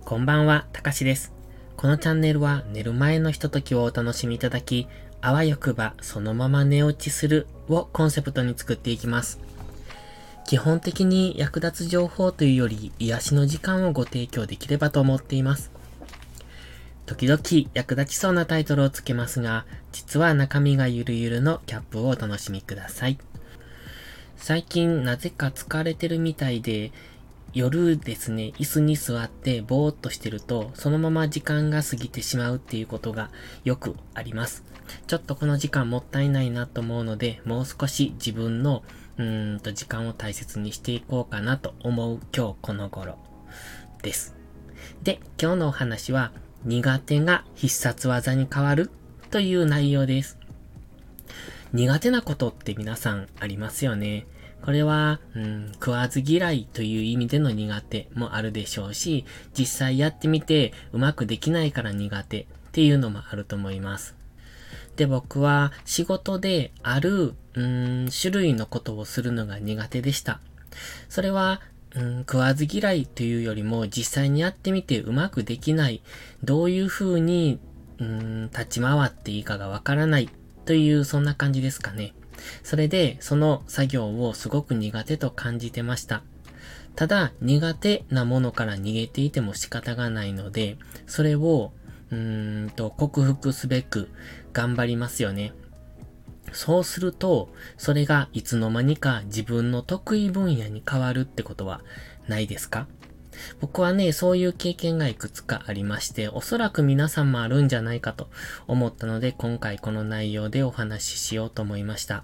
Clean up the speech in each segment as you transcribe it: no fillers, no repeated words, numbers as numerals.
こんばんは、たかしです。このチャンネルは寝る前のひとときをお楽しみいただき、あわよくばそのまま寝落ちするをコンセプトに作っていきます。基本的に役立つ情報というより癒しの時間をご提供できればと思っています。時々役立ちそうなタイトルをつけますが、実は中身がゆるゆるのキャップをお楽しみください。最近なぜか疲れてるみたいで、夜ですね、椅子に座ってぼーっとしてると、そのまま時間が過ぎてしまうっていうことがよくあります。ちょっとこの時間もったいないなと思うので、もう少し自分の、時間を大切にしていこうかなと思う今日この頃です。で、今日のお話は、苦手が必殺技に変わるという内容です。苦手なことって皆さんありますよね。これは、食わず嫌いという意味での苦手もあるでしょうし、実際やってみてうまくできないから苦手っていうのもあると思います。で、僕は仕事である、種類のことをするのが苦手でした。それは、食わず嫌いというよりも実際にやってみてうまくできない、どういう風に、立ち回っていいかがわからないというそんな感じですかね。それで、その作業をすごく苦手と感じてました。ただ、苦手なものから逃げていても仕方がないので、それを、克服すべく頑張りますよね。そうすると、それがいつの間にか自分の得意分野に変わるってことはないですか？僕はね、そういう経験がいくつかありまして、おそらく皆さんもあるんじゃないかと思ったので、今回この内容でお話ししようと思いました。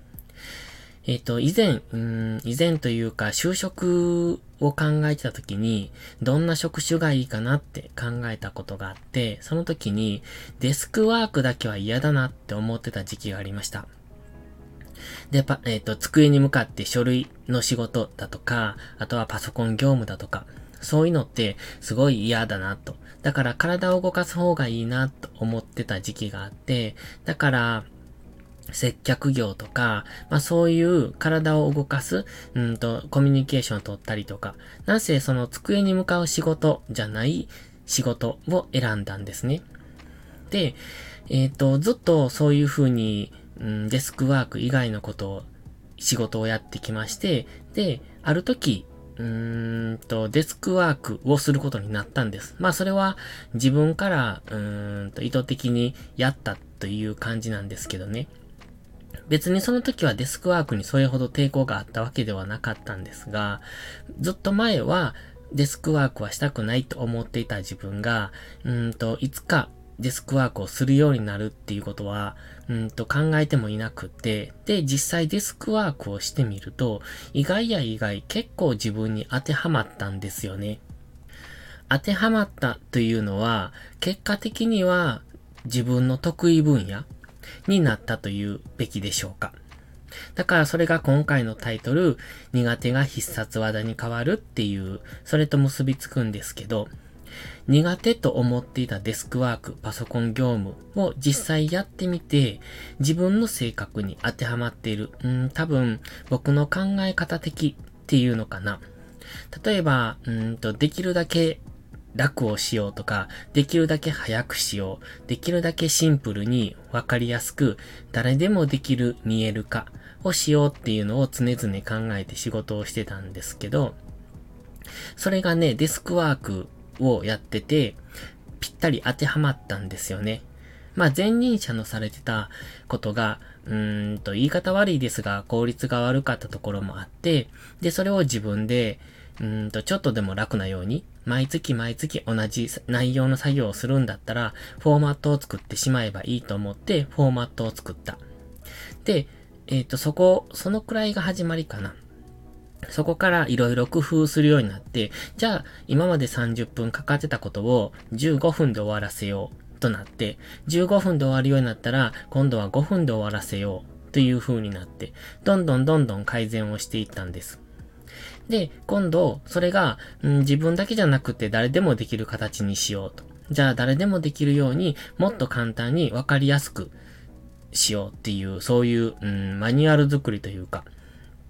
以前というか、就職を考えてた時に、どんな職種がいいかなって考えたことがあって、その時に、デスクワークだけは嫌だなって思ってた時期がありました。で、机に向かって書類の仕事だとか、あとはパソコン業務だとか、そういうのってすごい嫌だなと。だから体を動かす方がいいなと思ってた時期があって、だから、接客業とか、そういう体を動かす、コミュニケーションを取ったりとか、なんせその机に向かう仕事じゃない仕事を選んだんですね。で、ずっとそういう風に、デスクワーク以外の仕事をやってきまして、で、ある時、デスクワークをすることになったんです。それは自分から、意図的にやったという感じなんですけどね。別にその時はデスクワークにそれほど抵抗があったわけではなかったんですが、ずっと前はデスクワークはしたくないと思っていた自分が、いつかデスクワークをするようになるっていうことは、考えてもいなくって、で、実際デスクワークをしてみると、意外や意外結構自分に当てはまったんですよね。当てはまったというのは、結果的には自分の得意分野になったというべきでしょうか。だからそれが今回のタイトル、苦手が必殺技に変わるっていう、それと結びつくんですけど、苦手と思っていたデスクワーク、パソコン業務を実際やってみて、自分の性格に当てはまっている。多分、僕の考え方的っていうのかな。例えば、できるだけ楽をしようとか、できるだけ早くしよう、できるだけシンプルにわかりやすく、誰でもできる見える化をしようっていうのを常々考えて仕事をしてたんですけど、それがね、デスクワークをやってて、ぴったり当てはまったんですよね。前任者のされてたことが、言い方悪いですが、効率が悪かったところもあって、で、それを自分で、ちょっとでも楽なように、毎月毎月同じ内容の作業をするんだったら、フォーマットを作ってしまえばいいと思って、フォーマットを作った。で、そのくらいが始まりかな。そこからいろいろ工夫するようになって、じゃあ今まで30分かかってたことを15分で終わらせようとなって、15分で終わるようになったら、今度は5分で終わらせようという風になって、どんどん改善をしていったんです。で、今度、それが、自分だけじゃなくて誰でもできる形にしようと。じゃあ誰でもできるようにもっと簡単にわかりやすくしようっていう、そういう、マニュアル作りというか、フ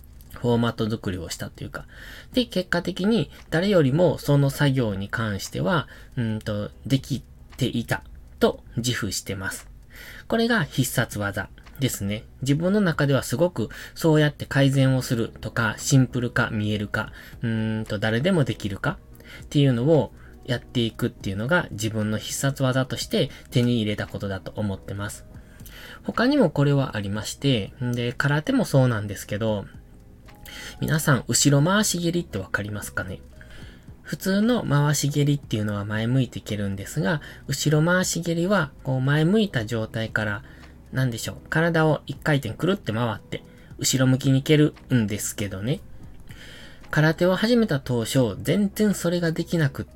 フォーマット作りをしたというか。で、結果的に誰よりもその作業に関しては、できていたと自負してます。これが必殺技ですね。自分の中ではすごくそうやって改善をするとか、シンプル化、見える化、誰でもできるかっていうのをやっていくっていうのが自分の必殺技として手に入れたことだと思ってます。他にもこれはありまして、で、空手もそうなんですけど、皆さん後ろ回し蹴りってわかりますかね？普通の回し蹴りっていうのは前向いて蹴るんですが、後ろ回し蹴りはこう前向いた状態から、体を一回転くるって回って、後ろ向きに蹴るんですけどね。空手を始めた当初、全然それができなくって、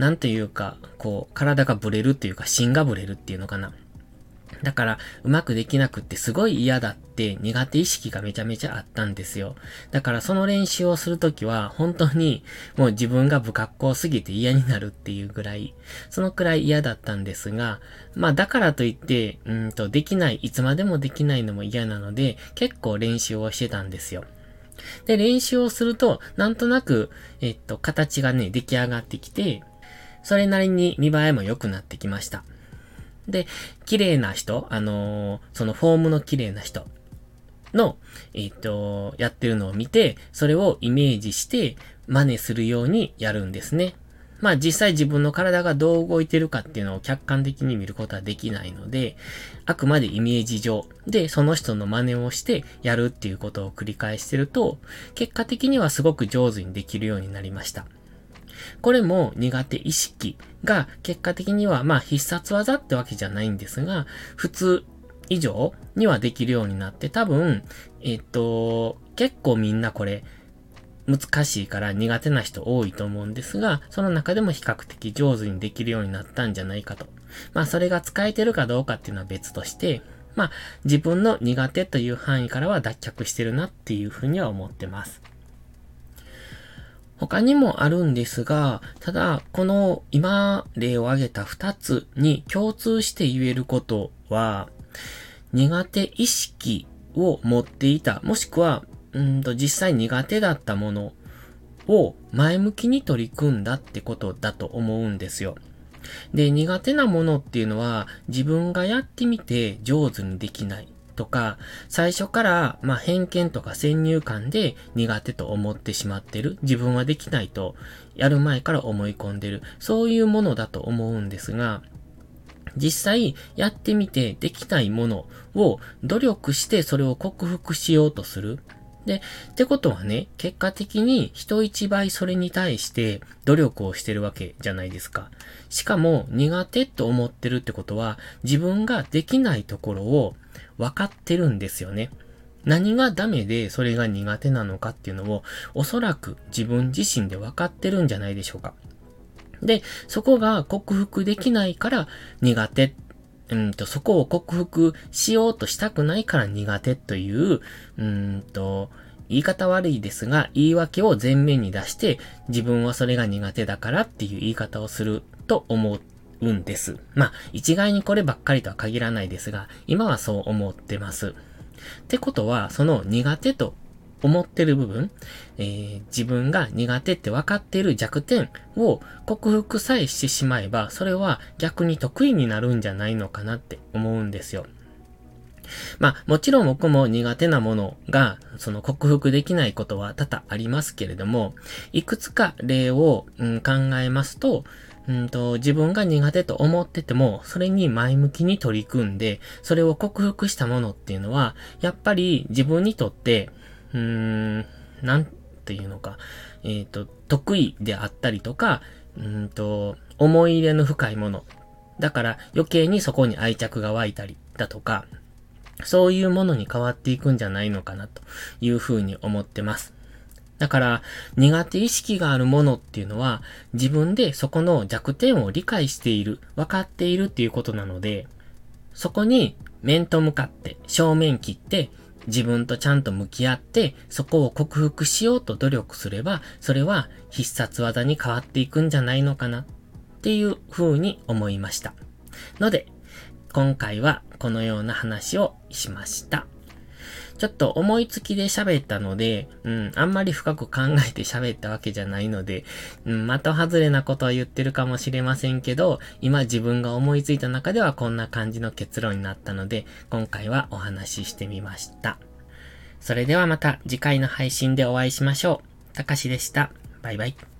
体がブレるっていうか、芯がブレるっていうのかな。だから、うまくできなくってすごい嫌だって苦手意識がめちゃめちゃあったんですよ。だからその練習をするときは、本当にもう自分が不格好すぎて嫌になるっていうぐらい、そのくらい嫌だったんですが、だからといって、できない、いつまでもできないのも嫌なので、結構練習をしてたんですよ。で、練習をすると、なんとなく、形がね、出来上がってきて、それなりに見栄えも良くなってきました。で、綺麗な人、そのフォームの綺麗な人の、やってるのを見て、それをイメージして真似するようにやるんですね。実際自分の体がどう動いてるかっていうのを客観的に見ることはできないので、あくまでイメージ上でその人の真似をしてやるっていうことを繰り返してると、結果的にはすごく上手にできるようになりました。これも苦手意識が結果的には必殺技ってわけじゃないんですが、普通以上にはできるようになって多分、結構みんなこれ難しいから苦手な人多いと思うんですが、その中でも比較的上手にできるようになったんじゃないかと。それが使えてるかどうかっていうのは別として、自分の苦手という範囲からは脱却してるなっていうふうには思ってます。他にもあるんですが、ただ、この今例を挙げた2つに共通して言えることは、苦手意識を持っていた、もしくは、実際苦手だったものを前向きに取り組んだってことだと思うんですよ。で、苦手なものっていうのは自分がやってみて上手にできないとか、最初から偏見とか先入観で苦手と思ってしまってる。自分はできないとやる前から思い込んでる。そういうものだと思うんですが、実際やってみてできないものを努力してそれを克服しようとする。で、ってことはね、結果的に人一倍それに対して努力をしてるわけじゃないですか。しかも苦手と思ってるってことは自分ができないところを分かってるんですよね。何がダメでそれが苦手なのかっていうのをおそらく自分自身で分かってるんじゃないでしょうか。で、そこが克服できないから苦手。そこを克服しようとしたくないから苦手という、言い方悪いですが、言い訳を前面に出して、自分はそれが苦手だからっていう言い方をすると思うんです。一概にこればっかりとは限らないですが、今はそう思ってます。ってことは、その苦手と思ってる部分、自分が苦手って分かっている弱点を克服さえしてしまえば、それは逆に得意になるんじゃないのかなって思うんですよ。もちろん僕も苦手なものが、克服できないことは多々ありますけれども、いくつか例を、考えますと、自分が苦手と思ってても、それに前向きに取り組んで、それを克服したものっていうのは、やっぱり自分にとって、なんていうのか、得意であったりとか、思い入れの深いもの。だから余計にそこに愛着が湧いたりだとか、そういうものに変わっていくんじゃないのかなというふうに思ってます。だから苦手意識があるものっていうのは自分でそこの弱点を理解している、分かっているっていうことなので、そこに面と向かって正面切って自分とちゃんと向き合ってそこを克服しようと努力すれば、それは必殺技に変わっていくんじゃないのかなっていうふうに思いました。ので今回はこのような話をしました。 ちょっと思いつきで喋ったので、あんまり深く考えて喋ったわけじゃないので、的外れなことを言ってるかもしれませんけど、今自分が思いついた中ではこんな感じの結論になったので、今回はお話ししてみました。それではまた次回の配信でお会いしましょう。たかしでした。バイバイ。